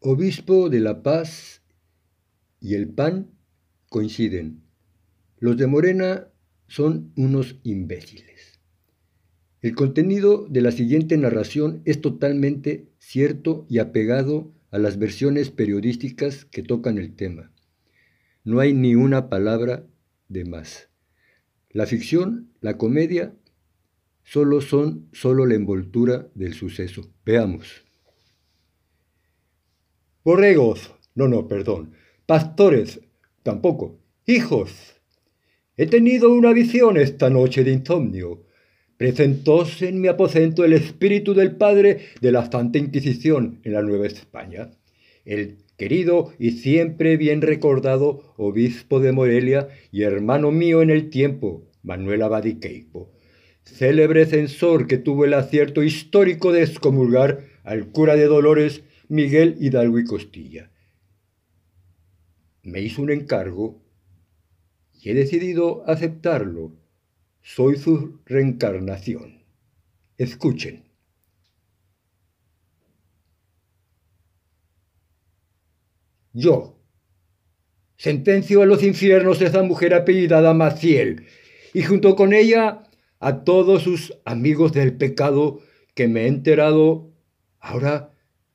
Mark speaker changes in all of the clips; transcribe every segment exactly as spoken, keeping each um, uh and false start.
Speaker 1: Obispo de La Paz y el P A N coinciden. Los de Morena son unos imbéciles. El contenido de la siguiente narración es totalmente cierto y apegado a las versiones periodísticas que tocan el tema. No hay ni una palabra de más. La ficción, la comedia, solo son solo la envoltura del suceso. Veamos.
Speaker 2: Borregos, no, no, perdón. Pastores, tampoco. Hijos. He tenido una visión esta noche de insomnio. Presentóse en mi aposento el espíritu del padre de la Santa Inquisición en la Nueva España, el querido y siempre bien recordado obispo de Morelia y hermano mío en el tiempo, Manuel Abad y Queipo, célebre censor que tuvo el acierto histórico de excomulgar al cura de Dolores, Miguel Hidalgo y Costilla. Me hizo un encargo y he decidido aceptarlo. Soy su reencarnación. Escuchen. Yo sentencio a los infiernos a esa mujer apellidada Maciel y junto con ella a todos sus amigos del pecado que me he enterado ahora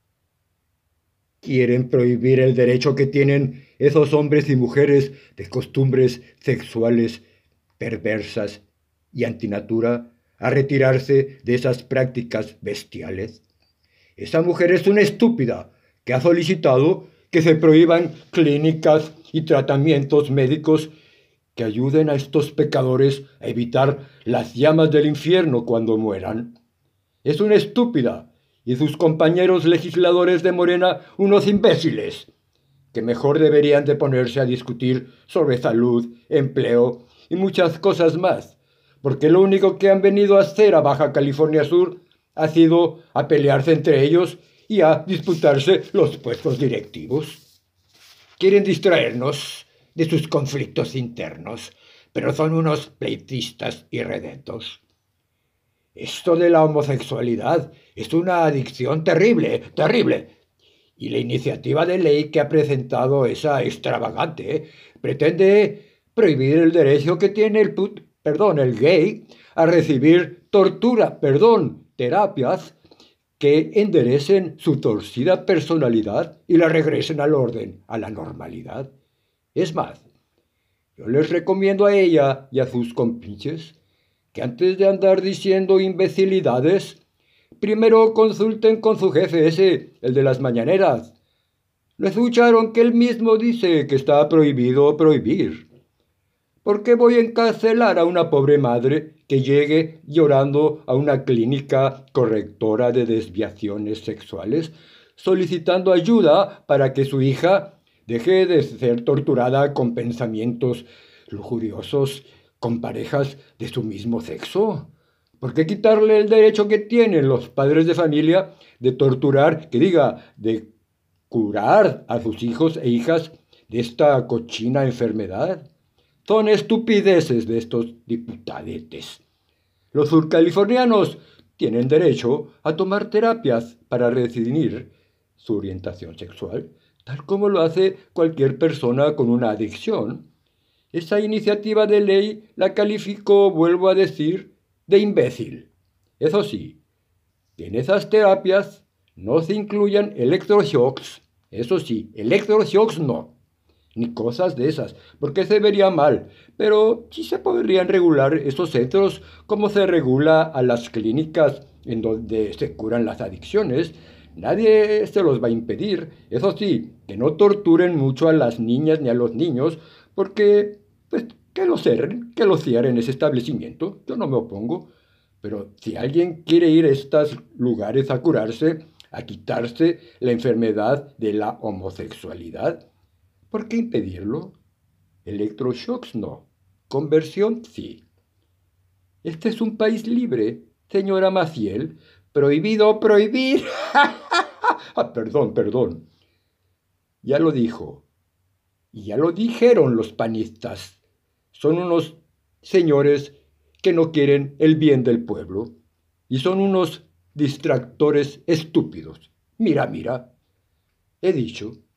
Speaker 2: quieren prohibir el derecho que tienen esos hombres y mujeres de costumbres sexuales perversas y antinatura a retirarse de esas prácticas bestiales. Esa mujer es una estúpida que ha solicitado que se prohíban clínicas y tratamientos médicos que ayuden a estos pecadores a evitar las llamas del infierno cuando mueran. Es una estúpida y sus compañeros legisladores de Morena unos imbéciles que mejor deberían de ponerse a discutir sobre salud, empleo y muchas cosas más, porque lo único que han venido a hacer a Baja California Sur ha sido a pelearse entre ellos y a disputarse los puestos directivos. Quieren distraernos de sus conflictos internos, pero son unos pleitistas irredentos. Esto de la homosexualidad es una adicción terrible, terrible. Y la iniciativa de ley que ha presentado esa extravagante pretende prohibir el derecho que tiene el put, perdón, el gay a recibir tortura, perdón, terapias que enderecen su torcida personalidad y la regresen al orden, a la normalidad. Es más, yo les recomiendo a ella y a sus compinches que antes de andar diciendo imbecilidades, primero consulten con su jefe ese, el de las mañaneras. ¿No escucharon que él mismo dice que está prohibido prohibir? ¿Por qué voy a encarcelar a una pobre madre que llegue llorando a una clínica correctora de desviaciones sexuales, solicitando ayuda para que su hija deje de ser torturada con pensamientos lujuriosos con parejas de su mismo sexo? ¿Por qué quitarle el derecho que tienen los padres de familia de torturar, que diga, de curar a sus hijos e hijas de esta cochina enfermedad? Son estupideces de estos diputadetes. Los surcalifornianos tienen derecho a tomar terapias para redefinir su orientación sexual, tal como lo hace cualquier persona con una adicción. Esa iniciativa de ley la calificó, vuelvo a decir, de imbécil. Eso sí, que en esas terapias no se incluyan electroshocks, eso sí, electroshocks no, ni cosas de esas, porque se vería mal, pero sí se podrían regular esos centros como se regula a las clínicas en donde se curan las adicciones. Nadie se los va a impedir, eso sí, que no torturen mucho a las niñas ni a los niños, porque, pues, que lo cierren, que lo cierren ese establecimiento, yo no me opongo, pero si alguien quiere ir a estos lugares a curarse, a quitarse la enfermedad de la homosexualidad, ¿por qué impedirlo? Electroshocks no, conversión sí. Este es un país libre, señora Maciel. Prohibido prohibir. ah, perdón, perdón. Ya lo dijo. Y ya lo dijeron los panistas. Son unos señores que no quieren el bien del pueblo. Y son unos distractores estúpidos. Mira, mira. He dicho